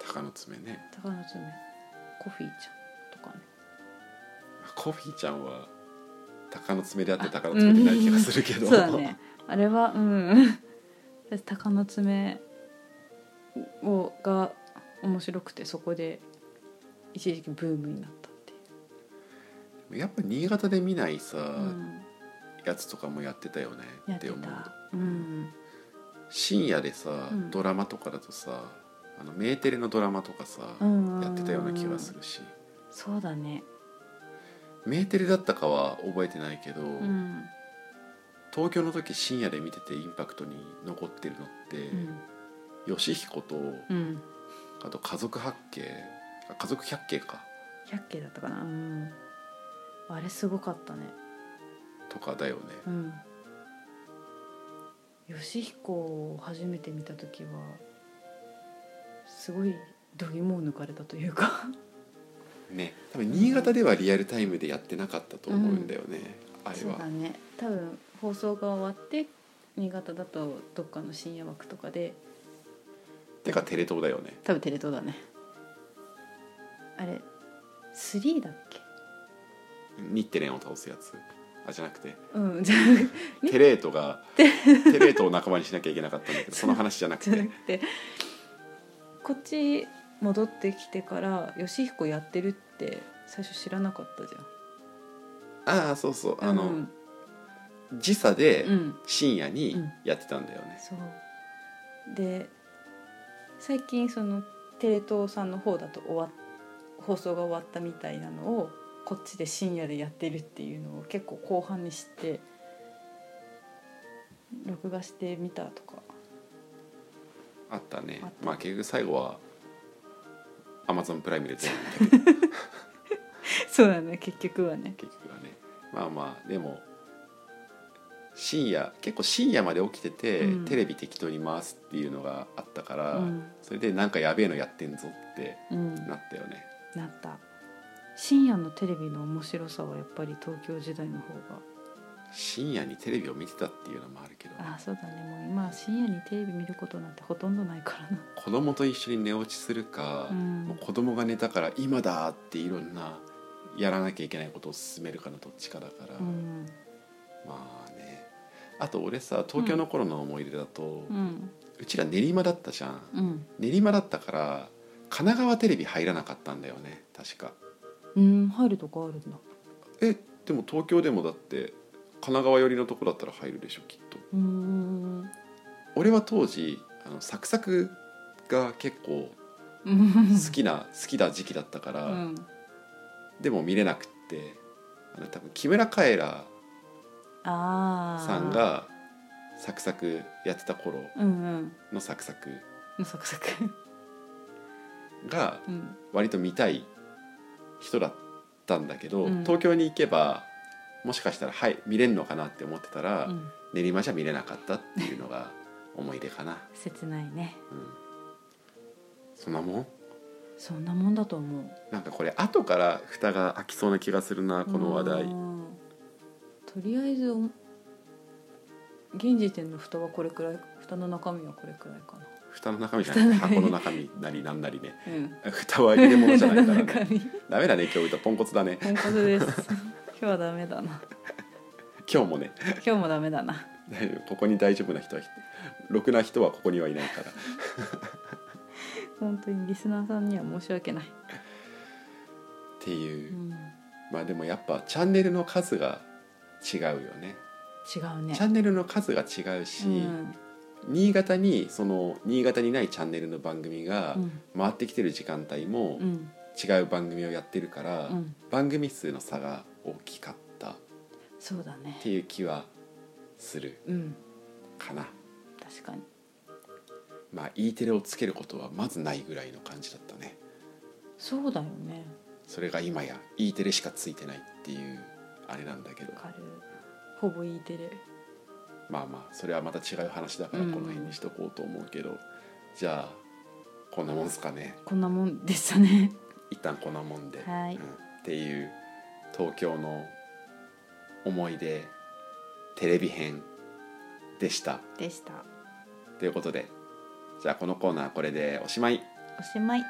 鷹の爪ね。 鷹の爪、コフィーちゃんとかね。 コフィーちゃんは鷹の爪であって鷹の爪でない気がするけど、 そうだね、あれはうん私鷹の爪をが面白くて、そこで一時期ブームになったっていう。 やっぱ新潟で見ないさ、 うんやつとかもやってたよねやってって思う。 た。うん深夜でさ、 うんドラマとかだとさ、あのメーテレのドラマとかさ、 うんやってたような気がするし、 そうだね。 メーテレだったかは覚えてないけど、 うん東京の時深夜で見ててインパクトに残ってるのって、 うん吉彦と、 うんあと家族八景、あ家族百景か百景だったかな。うんあれすごかったね。 とかだよね。 うん吉彦を初めて見た時はすごい度肝を抜かれたというかね、多分新潟ではリアルタイムでやってなかったと思うんだよね、あれそうは。 だね、多分放送が終わって新潟だとどっかの深夜枠とかで、 てかテレ東だよね。 多分テレ東だね。あれスリーだっけ。 日テレンを倒すやつ、あじゃなくてうんじゃテレートがテレートを仲間にしなきゃいけなかったんだけどその話じゃなくじゃなてくてこっち戻ってきてから吉彦やってるって最初知らなかったじああそうそう、 ゃん。 あの、 うん時差でうん深夜にやってたんだよね、 そうで最近そのテレ東さんの方だと終わ放送が終わったみたいなのをこっちで深夜でやってるっていうのを結構後半に知って録画してみたとかあったね。 あったまあ結局最後はアマゾンプライムで全部見たけどそうだね結局はね。 結局はね、まあまあでも深夜結構深夜まで起きてて、 うんテレビ適当に回すっていうのがあったから、 うんそれでなんかやべえのやってんぞってうんなったよね。 なった。深夜のテレビの面白さはやっぱり東京時代の方が。 深夜にテレビを見てたっていうのもあるけど、 ああそうだね、もう今深夜にテレビ見ることなんてほとんどないからな。 子供と一緒に寝落ちするか、 うんもう子供が寝たから今だっていろんなやらなきゃいけないことを進めるかのどっちかだから、 うんまあね。あと俺さ東京の頃の思い出だと、ううんちら練馬だったじゃん。 うん練馬だったから神奈川テレビ入らなかったんだよね確か。 うん入るとこあるんだ。 えでも東京でもだって神奈川寄りのとこだったら入るでしょきっと。 うーん俺は当時あのサクサクが結構好きな好きな時期だったから、 うんでも見れなくってあの多分木村カエラああさんがサクサクやってた頃うんうんのサクサクのサクサクがうん割と見たい人だったんだけど、 うん東京に行けばもしかしたらはい見れるのかなって思ってたら、 うん練馬じゃ見れなかったっていうのが思い出かな、 切ないね。 うん、そんなもん。 そんなもんだと思う。 なんかこれ後から蓋が開きそうな気がするなこの話題。 うんとりあえずお現時点の蓋はこれくらい、蓋の中身はこれくらいかな。 蓋の中身じゃない箱の中身なりなんなりね。 うん蓋は入れ物じゃないからね。 中身ダメだね今日歌ポンコツだね。 ポンコツです今日はダメだな。 今日もね今日もダメだな。 大丈夫ここに大丈夫な人はろくな人はここにはいないから本当にリスナーさんには申し訳ない。 っていうう、 ん、 まあでもやっぱチャンネルの数が違うよね。 違うね。 チャンネルの数が違うし、 うん新潟にその新潟にないチャンネルの番組がうん回ってきてる時間帯もうん違う番組をやってるから、 うん、 番組数の差が大きかったっそうだね。 ていう気はするうん、 かな。 確かに。 まあ E テレをつけることはまずないぐらいの感じだったね。 そうだよね。 それが今や E テレしかついてないっていうあれなんだけど、 わかる。ほぼ E テレ。 まあまあそれはまた違う話だからうんこの辺にしとこうと思うけど、じゃあこんなもんすかね。 こんなもんでしたね。 一旦こんなもんで、 はいうん、っていう東京の思い出テレビ編でした。 でした。 ということでじゃあこのコーナーこれでおしまい。 おしまい。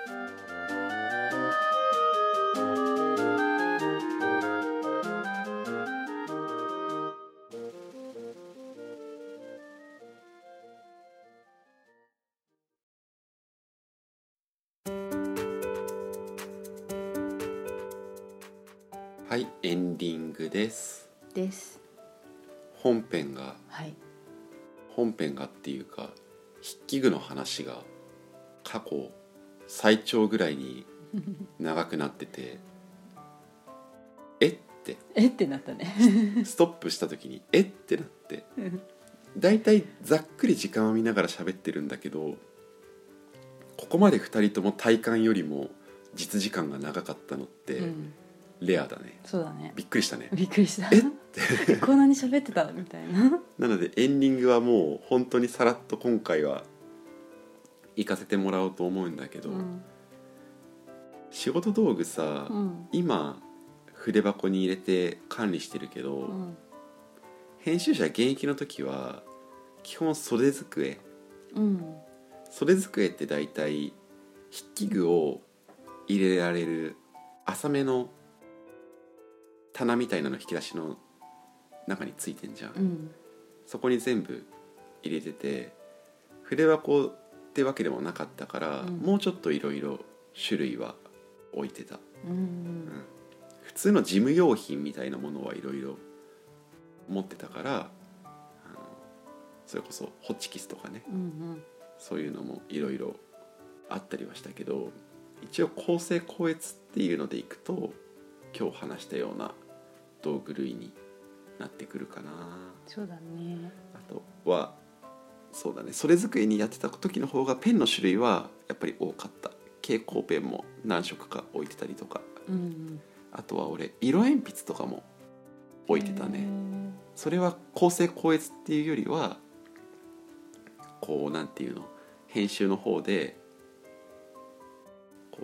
はい、エンディングですです。 本編がはい。 本編がっていうか筆記具の話が過去最長ぐらいに長くなっててえってえってなったね。 ストップした時にえってなってだいたいざっくり時間を見ながら喋ってるんだけど、ここまでふたりとも体感よりも実時間が長かったのってうんレアだね。 そうだね。 びっくりしたね。 びっくりした。 えってこんなに喋ってたみたいな。 なのでエンディングはもう本当にさらっと今回は行かせてもらおうと思うんだけど、 うん仕事道具さ、 うん今筆箱に入れて管理してるけど、 うん編集者現役の時は基本袖机うん袖机ってだいたい筆記具を入れられる浅めの棚みたいなの引き出しの中についてんじゃん、 うんそこに全部入れてて、筆箱ってわけでもなかったから、 うんもうちょっといろいろ種類は置いてた、 うんうん普通の事務用品みたいなものはいろいろ持ってたから、あのそれこそホッチキスとかね、 うんそういうのもいろいろあったりはしたけど、一応構成校閲っていうのでいくと今日話したような道具類になってくるかな。 そうだね。 あとはそうだね、袖机にやってた時の方がペンの種類はやっぱり多かった。蛍光ペンも何色か置いてたりとか、 うんあとは俺色鉛筆とかも置いてたね。それは構成校閲っていうよりはこうなんていうの、編集の方でこ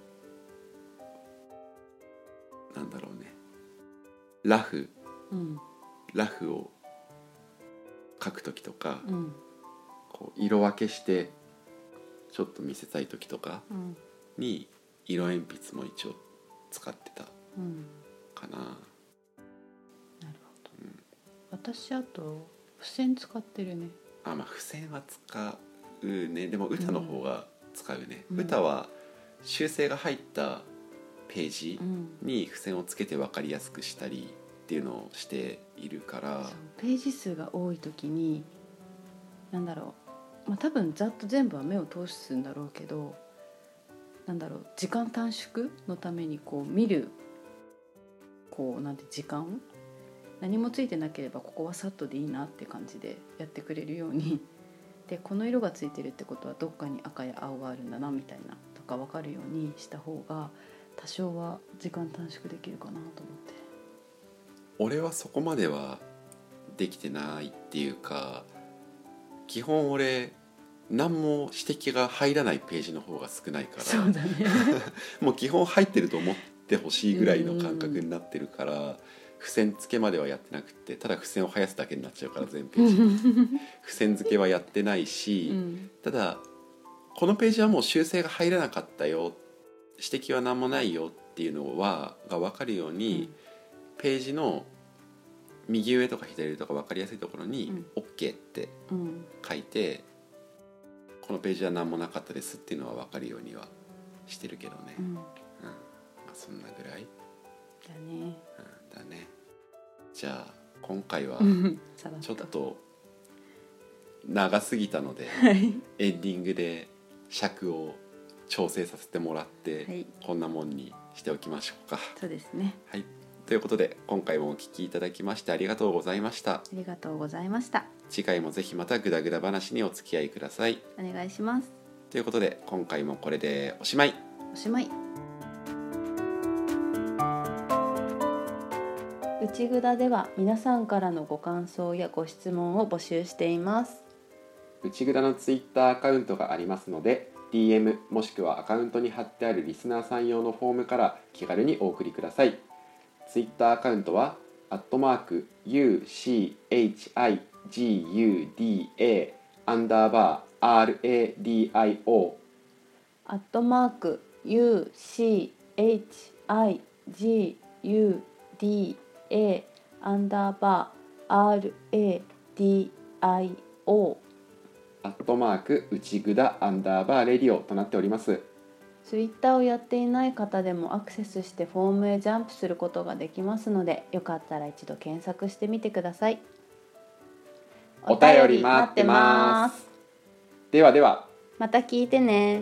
うなんだろうね、ラフうんラフを書く時とか、 うんこう色分けしてちょっと見せたい時とかうんに色鉛筆も一応使ってたうんかな。 なるほど。私あと付箋使ってるね。 あ、まあ付箋は使うね。でも歌の方が使うね、 うん歌は修正が入ったページうんに付箋をつけて分かりやすくしたりっていうのをしているからそうページ数が多い時になんだろう、まあ、多分ざっと全部は目を通すんだろうけど、なんだろう、時間短縮のためにこう見るこうなんて時間何もついてなければここはさっとでいいなって感じでやってくれるようにで、この色がついてるってことはどっかに赤や青があるんだなみたいなとか分かるようにした方が多少は時間短縮できるかなと思って。 俺はそこまではできてないっていうか、基本俺何も指摘が入らないページの方が少ないから、 そうだねもう基本入ってると思ってほしいぐらいの感覚になってるから、付箋付けまではやってなくて、ただ付箋を生やすだけになっちゃうから全ページ付箋付けはやってないし、 うん、 ただこのページはもう修正が入らなかったよ、指摘は何もないよっていうのはが分かるように、 うんページの右上とか左上とか分かりやすいところにうん OK ってうん書いて、このページは何もなかったですっていうのは分かるようにはしてるけどね、 うん、 うんまあ、そんなぐらい、 だね。 うん、だね。じゃあ今回はさらっちょっと長すぎたのではいエンディングで尺を調整させてもらって、 はいこんなもんにしておきましょうか。 そうですね。 はい、ということで今回もお聞きいただきましてありがとうございました。 ありがとうございました。 次回もぜひまたグダグダ話にお付き合いください。 お願いします。 ということで今回もこれでおしまい。 おしまい。内ぐだでは皆さんからのご感想やご質問を募集しています。 内ぐだのツイッターアカウントがありますので ディーエム もしくはアカウントに貼ってあるリスナーさん用のフォームから気軽にお送りください。ツイッターアカウントはアットマーク ユーシーエイチアイジーユーディーエー アンダーバー アールエーディーアイオーアットマーク ユーシーエイチアイジーユーディーエー アンダーバー アールエーディーアイオーアットマーク内ぐだアンダーバーレディオとなっております。 ツイッターをやっていない方でもアクセスしてフォームへジャンプすることができますので、よかったら一度検索してみてください。 お便り待ってます。ではでは、 また聞いてね。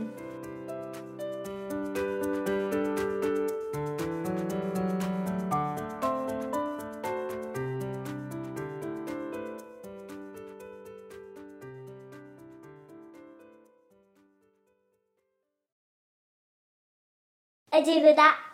うちぐだ。